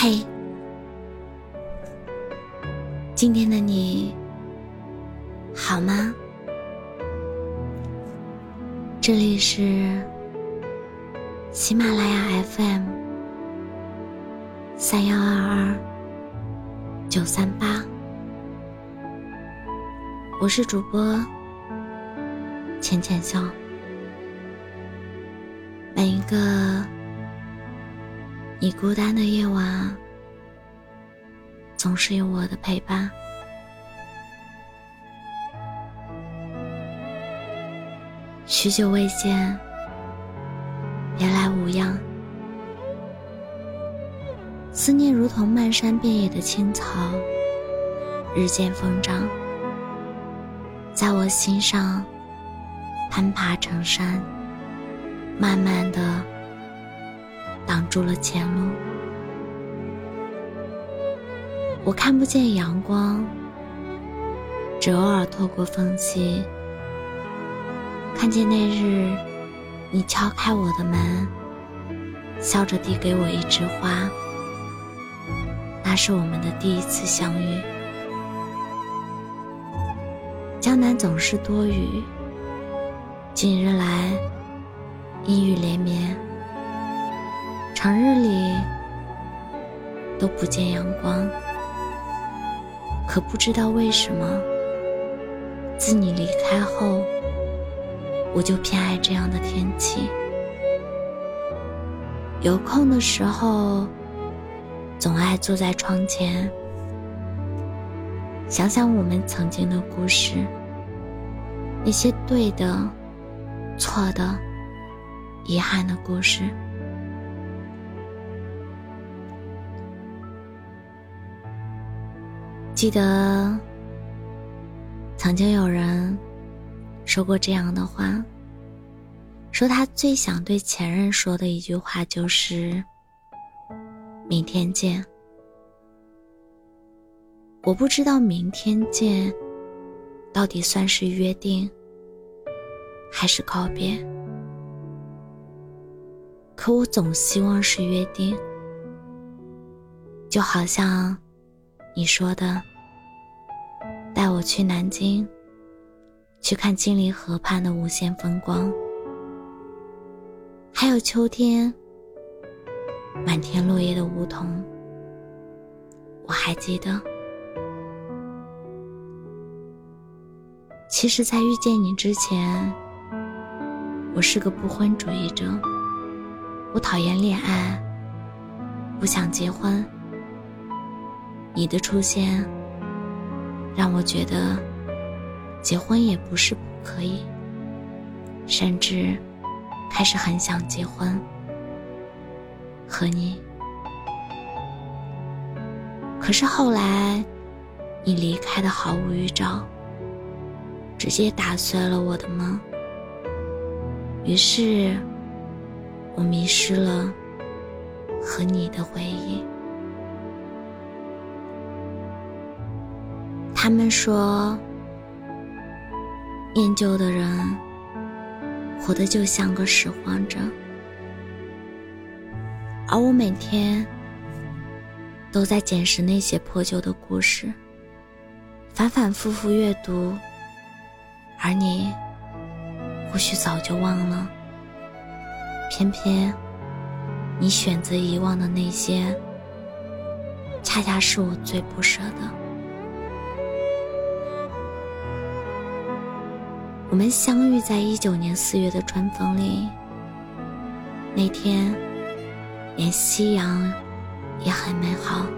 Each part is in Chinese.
嘿，今天的你好吗？这里是喜马拉雅 FM 3122-938，我是主播浅浅笑。每一个你孤单的夜晚，总是有我的陪伴。许久未见，别来无恙。思念如同漫山遍野的青草，日渐疯长，在我心上攀爬成山，慢慢地挡住了前路。我看不见阳光，只偶尔透过缝隙看见那日你敲开我的门，笑着递给我一枝花，那是我们的第一次相遇。江南总是多雨，近日来阴雨连绵，长日里都不见阳光。可不知道为什么，自你离开后，我就偏爱这样的天气。有空的时候，总爱坐在窗前，想想我们曾经的故事，那些对的、错的、遗憾的故事。记得曾经有人说过这样的话，说他最想对前任说的一句话就是明天见。我不知道明天见到底算是约定还是告别，可我总希望是约定。就好像你说的，带我去南京，去看金陵河畔的无限风光，还有秋天满天落叶的梧桐。我还记得，其实在遇见你之前，我是个不婚主义者，我讨厌恋爱，不想结婚。你的出现让我觉得结婚也不是不可以，甚至开始很想结婚和你。可是后来你离开的毫无预兆，直接打碎了我的梦，于是我迷失了和你的回忆。他们说，念旧的人活得就像个拾荒者，而我每天都在捡拾那些破旧的故事，反反复复阅读，而你或许早就忘了，偏偏你选择遗忘的那些，恰恰是我最不舍的。我们相遇在19年4月的春风里，那天连夕阳也很美好。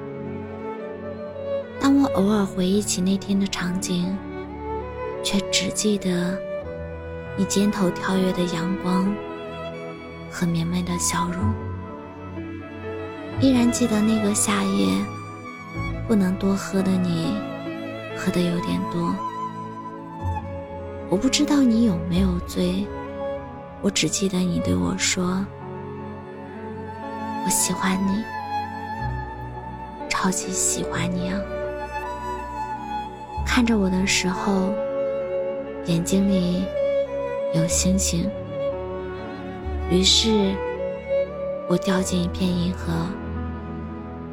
当我偶尔回忆起那天的场景，却只记得你肩头跳跃的阳光和绵绵的笑容。依然记得那个夏夜，不能多喝的你喝得有点多。我不知道你有没有醉，我只记得你对我说，我喜欢你，超级喜欢你啊。看着我的时候，眼睛里有星星，于是我掉进一片银河，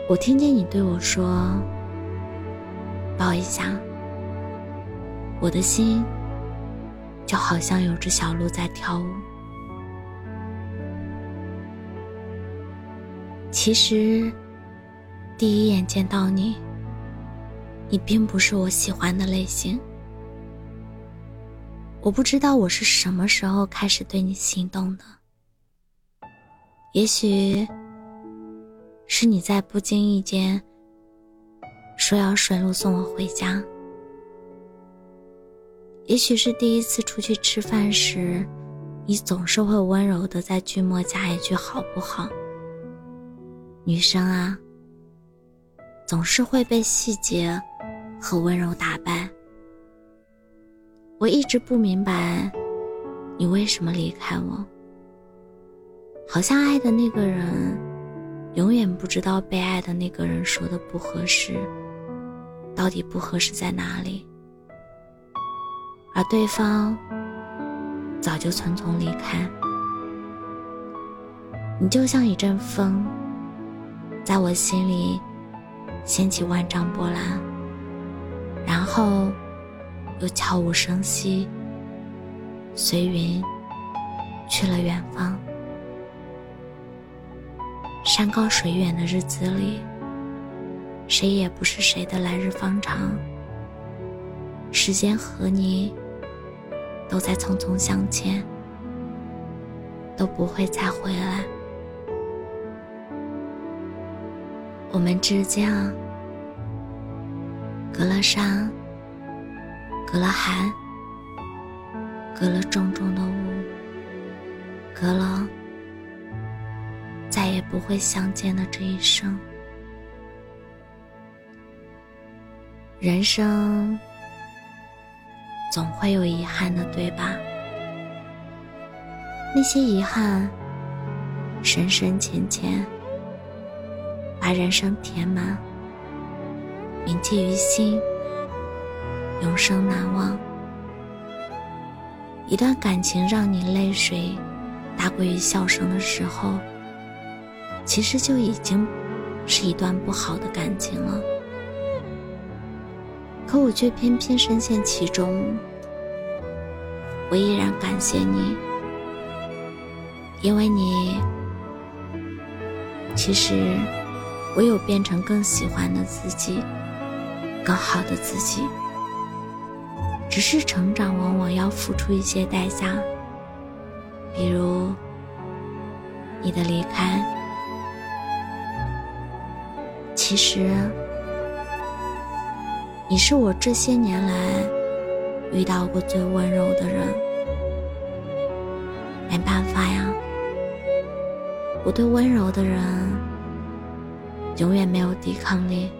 我听见你对我说，抱一下，我的心就好像有只小鹿在跳舞。其实第一眼见到你，你并不是我喜欢的类型。我不知道我是什么时候开始对你心动的，也许是你在不经意间说要顺路送我回家，也许是第一次出去吃饭时，你总是会温柔地在句末加一句好不好。女生啊，总是会被细节和温柔打败。我一直不明白你为什么离开我，好像爱的那个人永远不知道被爱的那个人说的不合适到底不合适在哪里，而对方早就匆匆离开。你就像一阵风，在我心里掀起万丈波澜，然后又悄无声息随云去了远方。山高水远的日子里，谁也不是谁的来日方长，时间和你都在匆匆向前，都不会再回来。我们之间啊，隔了山，隔了海，隔了重重的雾，隔了再也不会相见的这一生。人生总会有遗憾的，对吧？那些遗憾深深浅浅，把人生填满，铭记于心，永生难忘。一段感情让你泪水大过于笑声的时候，其实就已经是一段不好的感情了。可我却偏偏深陷其中，我依然感谢你，因为你其实我有变成更喜欢的自己，更好的自己。只是成长往往要付出一些代价，比如你的离开。其实你是我这些年来遇到过最温柔的人。没办法呀，我对温柔的人永远没有抵抗力。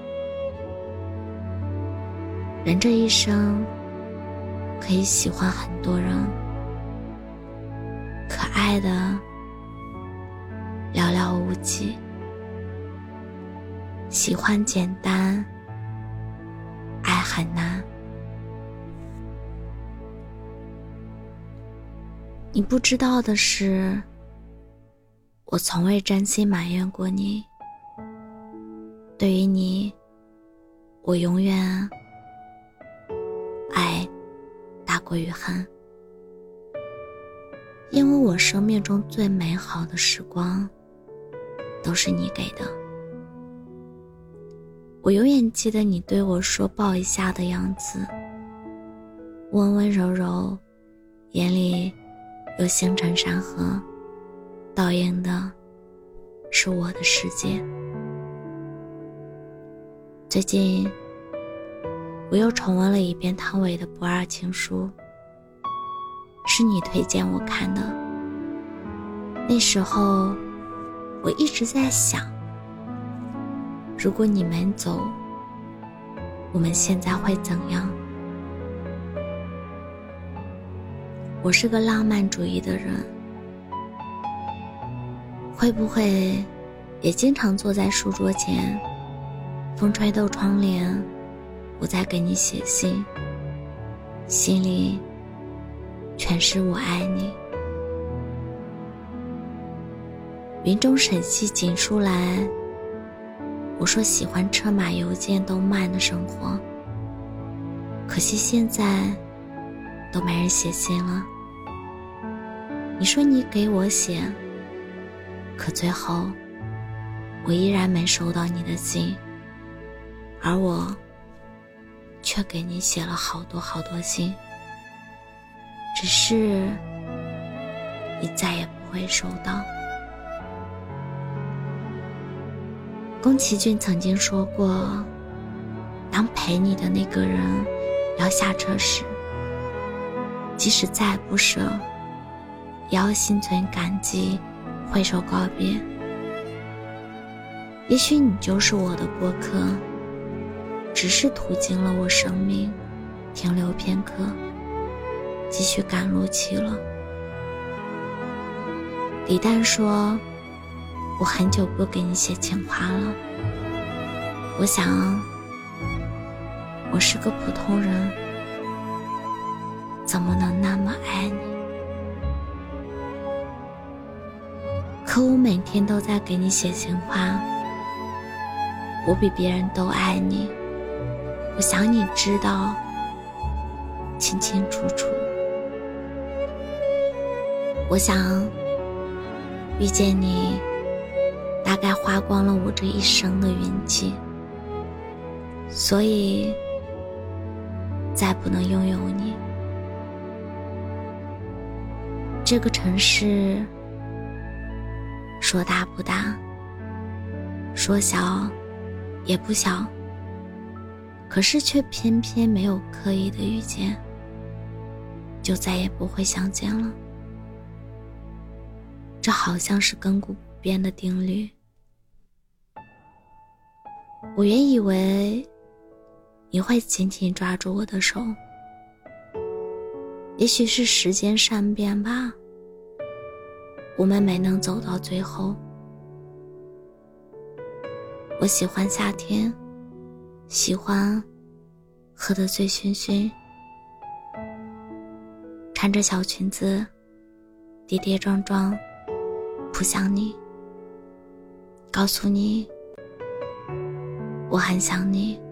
人这一生可以喜欢很多人，可爱的寥寥无几。喜欢简单，爱很难。你不知道的是，我从未真心埋怨过你。对于你，我永远爱大过于恨，因为我生命中最美好的时光都是你给的。我永远记得你对我说抱一下的样子，温温柔柔，眼里有星辰山河，倒映的是我的世界。最近我又重温了一遍汤唯的《不二情书》，是你推荐我看的。那时候我一直在想，如果你们走，我们现在会怎样？我是个浪漫主义的人，会不会也经常坐在书桌前，风吹透窗帘，我在给你写信，心里全是我爱你。云中审细锦书来， 我说喜欢车马邮件都慢的生活，可惜现在都没人写信了。你说你给我写，可最后我依然没收到你的信，而我却给你写了好多好多信，只是你再也不会收到。宫崎骏曾经说过，当陪你的那个人要下车时，即使再不舍，也要心存感激，挥手告别。也许你就是我的过客，只是途经了我生命，停留片刻，继续赶路去了。李诞说，我很久不给你写情话了，我想我是个普通人，怎么能那么爱你？可我每天都在给你写情话，我比别人都爱你，我想你知道清清楚楚。我想遇见你大概花光了我这一生的运气，所以再不能拥有你。这个城市说大不大，说小也不小，可是却偏偏没有刻意的遇见，就再也不会相见了。这好像是亘古不变的定律。我原以为你会紧紧抓住我的手，也许是时间善变吧，我们没能走到最后。我喜欢夏天，喜欢喝得醉醺醺，穿着小裙子跌跌撞撞扑向你，告诉你我很想你，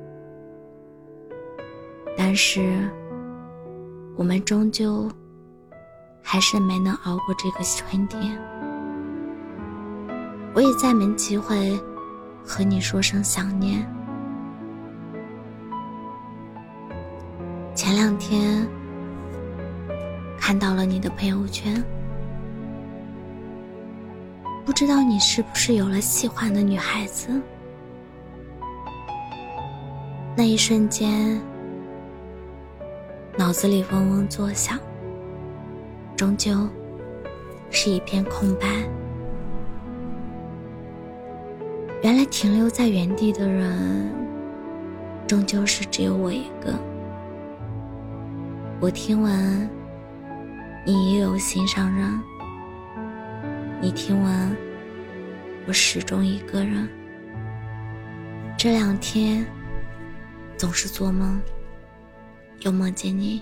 但是我们终究还是没能熬过这个春天。我也再没机会和你说声想念。前2天看到了你的朋友圈，不知道你是不是有了喜欢的女孩子。那一瞬间脑子里嗡嗡作响，终究是一片空白。原来停留在原地的人终究是只有我一个。我听闻你也有心上人，你听闻我始终一个人。这2天总是做梦，又梦见你，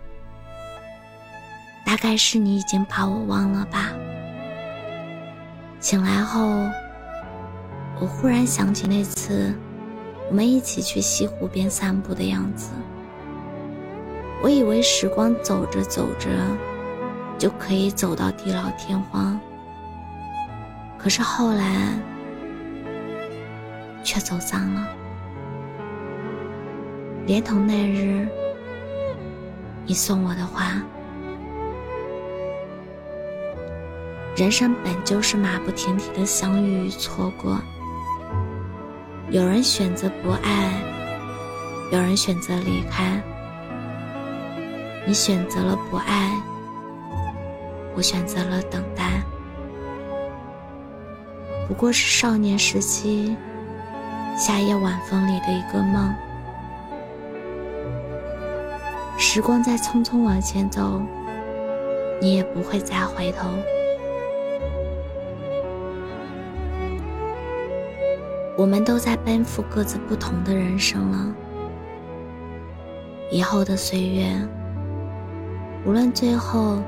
大概是你已经把我忘了吧。醒来后，我忽然想起那次我们一起去西湖边散步的样子。我以为时光走着走着就可以走到地老天荒，可是后来却走散了，连同那日你送我的花。人生本就是马不停蹄的相遇与错过，有人选择不爱，有人选择离开。你选择了不爱，我选择了等待。不过是少年时期夏夜晚风里的一个梦。时光在匆匆往前走，你也不会再回头。我们都在奔赴各自不同的人生了。以后的岁月，无论最后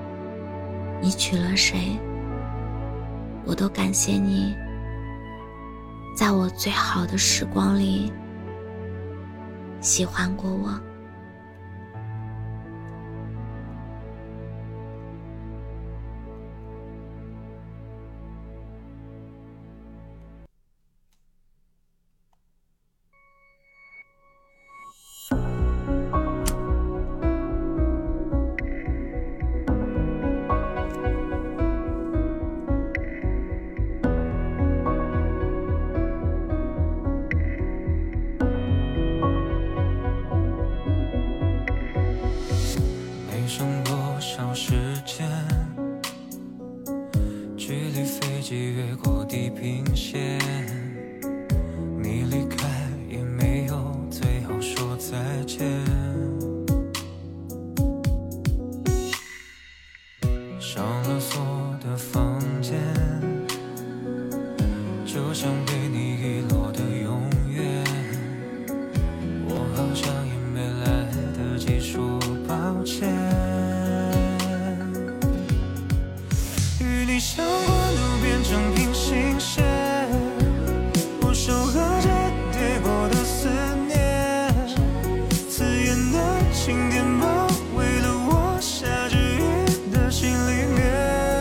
你娶了谁，我都感谢你在我最好的时光里喜欢过我。 剩多少时间？距离飞机越过地平线，你离开也没有最后说再见。上了锁的房间，就像被你遗落的永远，我好像也没来得及说抱歉。与你相关都变成平行线，我守候着跌过的思念，刺眼的晴天包围了我下着雨的心里面，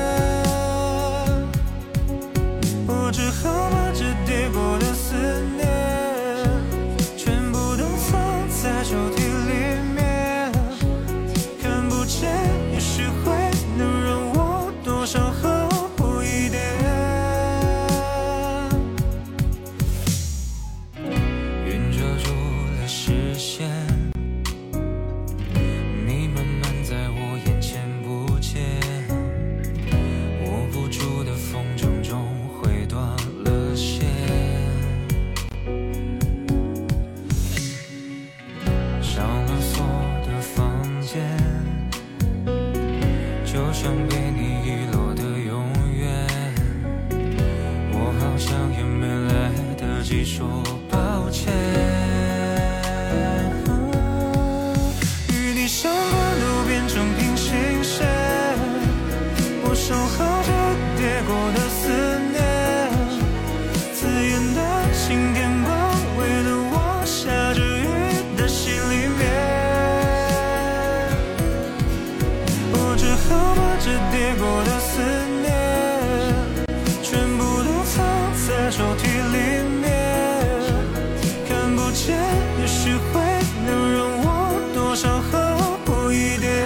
我只好把这跌过的思念全部都藏在抽屉里面，看不见也许会能让我多少后悔一点。云遮住了视线，你慢慢在我眼前不见，握不住的风筝终会断了线。上了锁的房间，就像被你遗落的永远，我好像也没来得及说抱歉。与你相关都变成平行线，我守候着跌过的思念，刺眼的晴天包围了我下着雨的心里面，我只好把这跌过的思念全部都藏在抽屉里面，看不见也许会能让我多少后悔一点。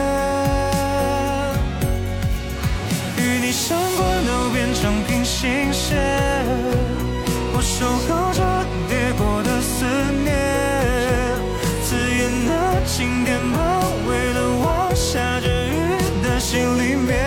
与你相关都变成平行线，我守候着跌过的思念，刺眼的晴天包围了我下着雨的心里面，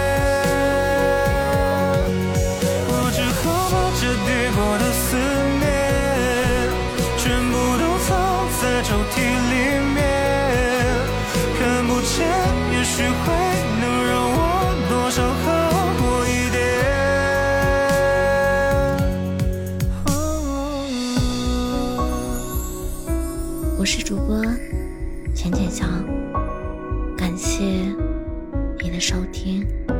我只好把这跌过的思念全部都藏在抽屉里面，看不见也许会能让我多少后悔一点。 我是主播浅浅笑，感谢你的收听。